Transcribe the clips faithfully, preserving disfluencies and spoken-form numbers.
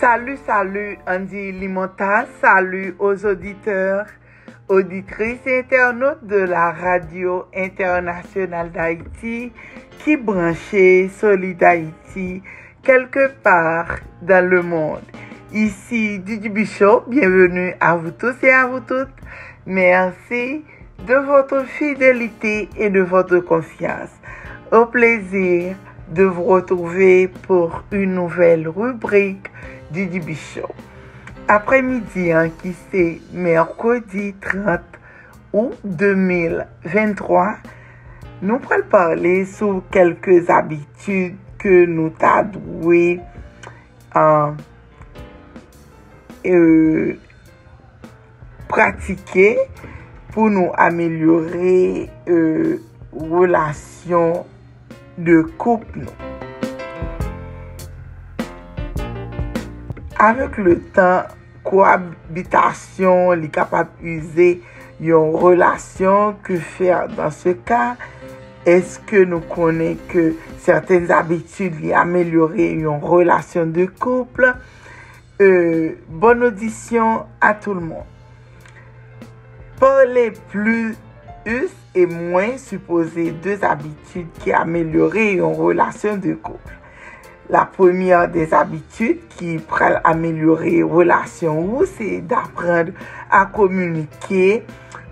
Salut, salut, Andy Limontas, salut aux auditeurs, auditrices et internautes de la radio internationale d'Haïti qui branchait Solid Haïti quelque part dans le monde. Ici Didi Bishop, bienvenue à vous tous et à vous toutes. Merci de votre fidélité et de votre confiance. Au plaisir de vous retrouver pour une nouvelle rubrique Didi Bishop. Après-midi, hein, qui c'est mercredi trente août deux mille vingt-trois, nous allons parler sur quelques habitudes que nous t'adouons euh, euh, pratiquer pour nous améliorer euh, relations de couple. Avec le temps, cohabitation est capable d'user une relation. Que faire dans ce cas? Est-ce que nous connaissons que certaines habitudes vont améliorer une relation de couple? Euh, bonne audition à tout le monde. Parler plus et moins supposer deux habitudes qui améliorent une relation de couple. La première des habitudes qui pourrait améliorer une relation, c'est d'apprendre à communiquer,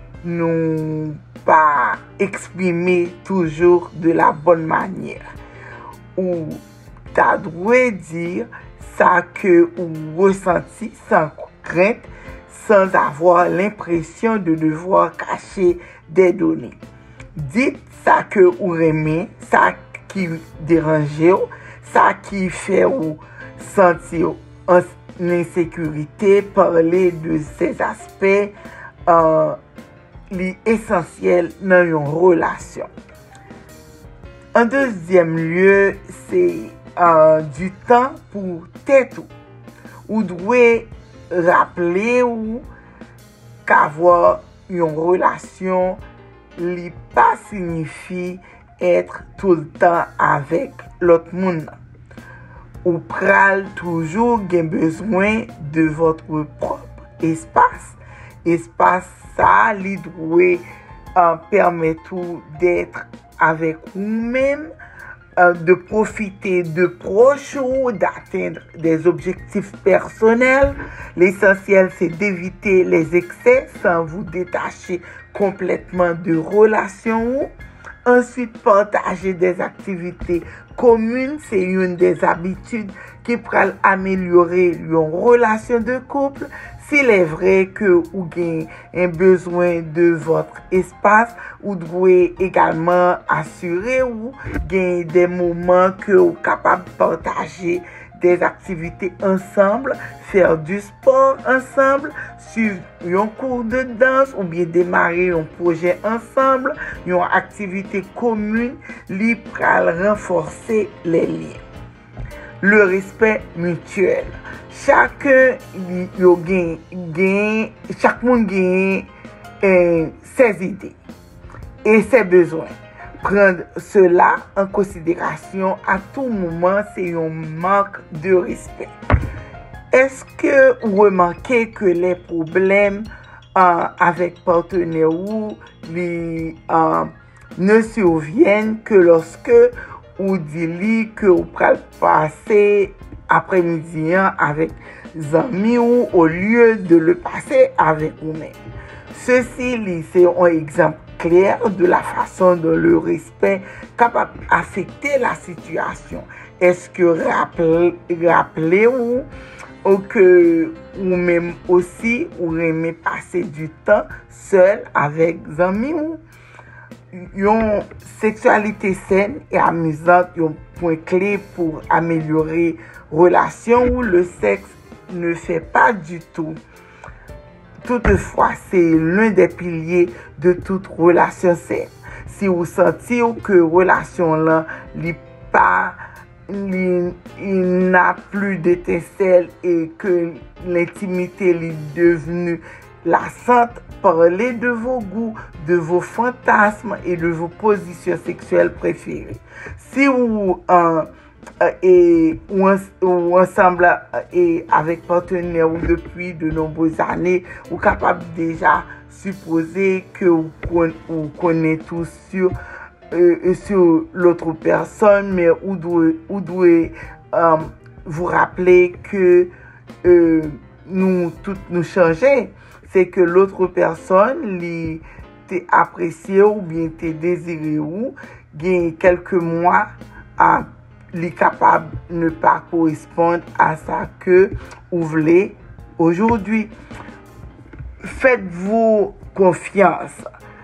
non pas exprimer toujours de la bonne manière. Ou t'as droit dire ça que ou ressenti sans crainte, sans avoir l'impression de devoir cacher des données. Dites ça que vous aimez, ça qui dérange, ça qui fait ou sentir en insécurité. Parler de ces aspects euh, essentiels dans une relation. En deuxième lieu, c'est euh, du temps pour tête. Vous devez rappeler ou qu'avoir une relation li pas signifie être tout le temps avec l'autre monde. Ou pral toujours gen besoin de votre propre espace. Espace ça li doit euh, permettre d'être avec vous-même, euh, de profiter de proches ou d'atteindre des objectifs personnels. L'essentiel, c'est d'éviter les excès sans vous détacher complètement de relations. Ensuite, partager des activités communes, c'est une des habitudes qui pourrait améliorer une relation de couple. S'il est vrai que vous avez un besoin de votre espace, vous devez également assurer ou gagner des moments que vous êtes capable de partager des activités ensemble, faire du sport ensemble, suivre un cours de danse ou bien démarrer un projet ensemble, une activité commune, li pral renforcer les liens. Le respect mutuel. Chacun yo gagne, gagne, chaque monde gagne euh, ses idées et ses besoins. Prendre cela en considération à tout moment, c'est un manque de respect. Est-ce que vous remarquez que les problèmes euh, avec partenaires ou les, euh, ne surviennent que lorsque vous dites que vous pouvez passer après-midi avec des amis ou au lieu de le passer avec vous-même? Ceci, c'est un exemple clair de la façon dont le respect est capable d'affecter la situation. Est-ce que rappelez, rappelez-vous ou que vous-même aussi, vous aimez passer du temps seul avec des amis ou une sexualité saine et amusante, un point clé pour améliorer relation où le sexe ne fait pas du tout. Toutefois, c'est l'un des piliers de toute relation saine. Si vous sentez que relation là n'est pas il, il n'a plus d'étincelle et que l'intimité est devenue lassante, parlez de vos goûts, de vos fantasmes et de vos positions sexuelles préférées. Si vous euh, euh, et ou, en, ou ensemble euh, et avec partenaire ou depuis de nombreuses années, ou capable déjà supposer que vous, vous connaissez tous sur euh, sur l'autre personne, mais vous devez, vous devez euh, vous rappeler que euh, nous toutes nous changer, c'est que l'autre personne li t'est apprécié ou bien t'est désiré ou gagne quelques mois à li capable ne pas correspondre à ça que vous voulez aujourd'hui. Faites-vous confiance.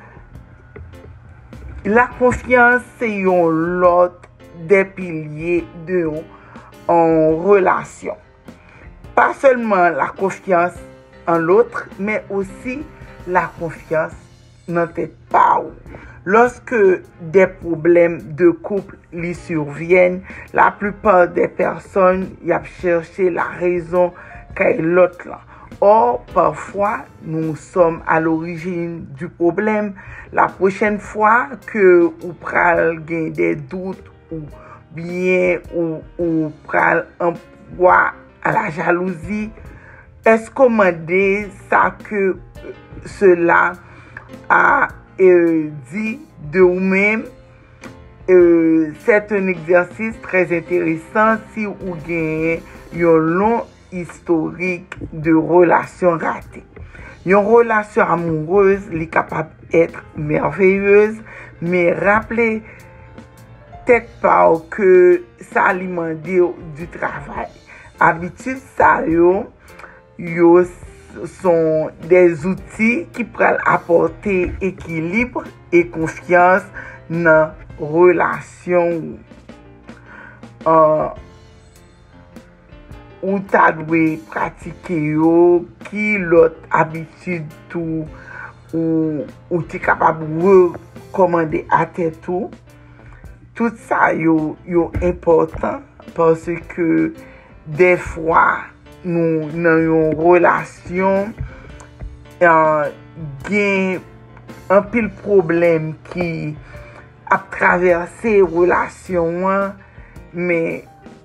La confiance, c'est l'autre des piliers de en relation. Pas seulement la confiance en l'autre, mais aussi la confiance dans tes parents. Lorsque des problèmes de couple lui surviennent, la plupart des personnes y a cherché la raison qu'est l'autre là. Or, parfois, nous sommes à l'origine du problème. La prochaine fois que vous prenez des doutes ou bien ou, ou prenez un poids à la jalousie, est-ce commander ça que cela a euh, dit de vous-même? Euh, c'est un exercice très intéressant si vous gagnez un long historique de relations ratées. Une relation amoureuse est capable d'être merveilleuse, mais rappelez peut-être pas que ça alimente du travail. Habitude, ça yo, yo sont des outils qui peuvent apporter équilibre et confiance dans la relation. Euh, ou ta dwe pratike yo, ki lot habitude tou ou, ou ti kapab rekomande a te tou. Tout ça yo, yo important parce que des fois nous nan yon relation euh, gen un pile problème qui a traversé relation an, mais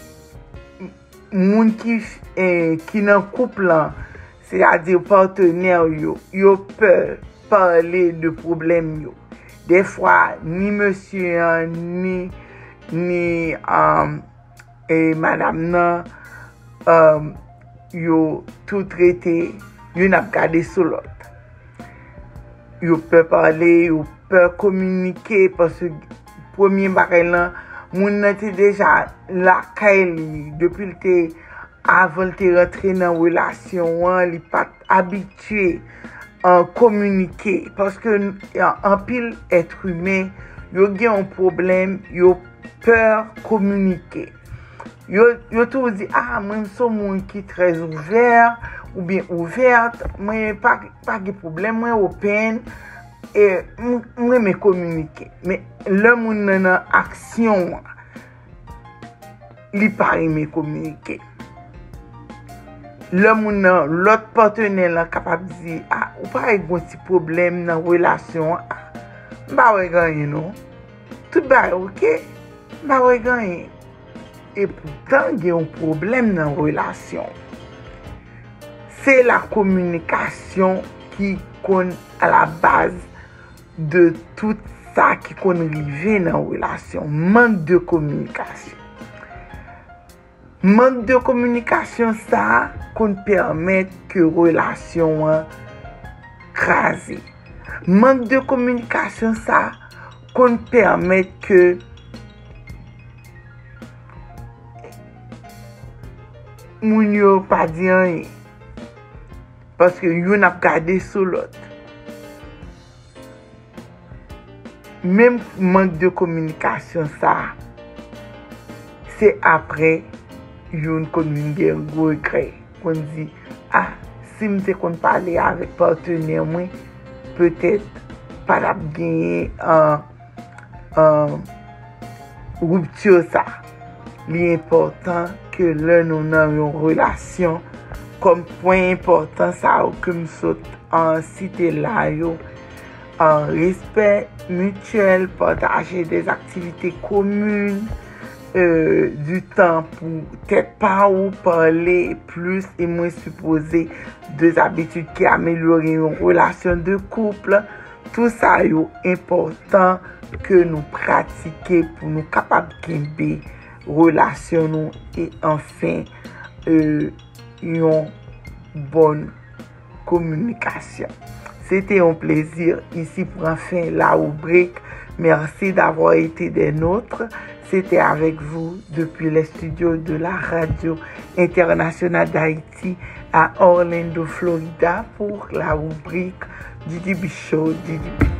moun qui eh, qui nan couple là, c'est-à-dire partenaire yo, yo peut parler de problème yo. Des fois ni monsieur ni ni um, et madame nan um, yo tout traité, yo n'a gardé sur l'autre. Yo peut parler, yo peut communiquer parce que premier bagay là moun nan te déjà la kaili depuis le te avant te rentrer dans relation an, li pas habitué à communiquer parce que en pile être humain yo gen un problème, yo peur communiquer. Yo yo tout dit ah moi son moun qui très ouvert ou bien ouverte, moi pas pas de problème, moi open et moi me communiquer. Mais le moun nan action li pa me communiquer. Le moun nan l'autre partenaire là capable di ah ou pas un petit problème dans relation, ba ouais gagner non. Tout ba OK, ba ouais gagner. Et pourtant il y a un problème dans relation. C'est la communication qui est à la base de tout ça qui est arrivé dans la relation. Manque de communication. Manque de communication, ça, qu'on permet que la relation crase. Manque de communication, ça, qu'on permet que moun yo pas di rien. Parce que yon a gardé sur l'autre. Même manque de communication, ça, c'est après yon communiqué un gros regret. On dit, ah, si je qu'on parler avec partenaire, moi, peut-être pas la gagner en en rupture ça. L'important que là nous avons une relation comme point important ça que nous saute en cité là yo en respect mutuel, partager des activités communes, euh, du temps pour peut-être pas ou parler plus et moins supposer deux habitudes qui améliorent une relation de couple. Tout ça est important que nous pratiquions pour nous capables de relation nous et enfin euh, une bonne communication. C'était un plaisir ici pour enfin la rubrique. Merci d'avoir été des nôtres. C'était avec vous depuis les studios de la Radio Internationale d'Haïti à Orlando, Florida pour la rubrique Didi Bichot, Didi Bichot.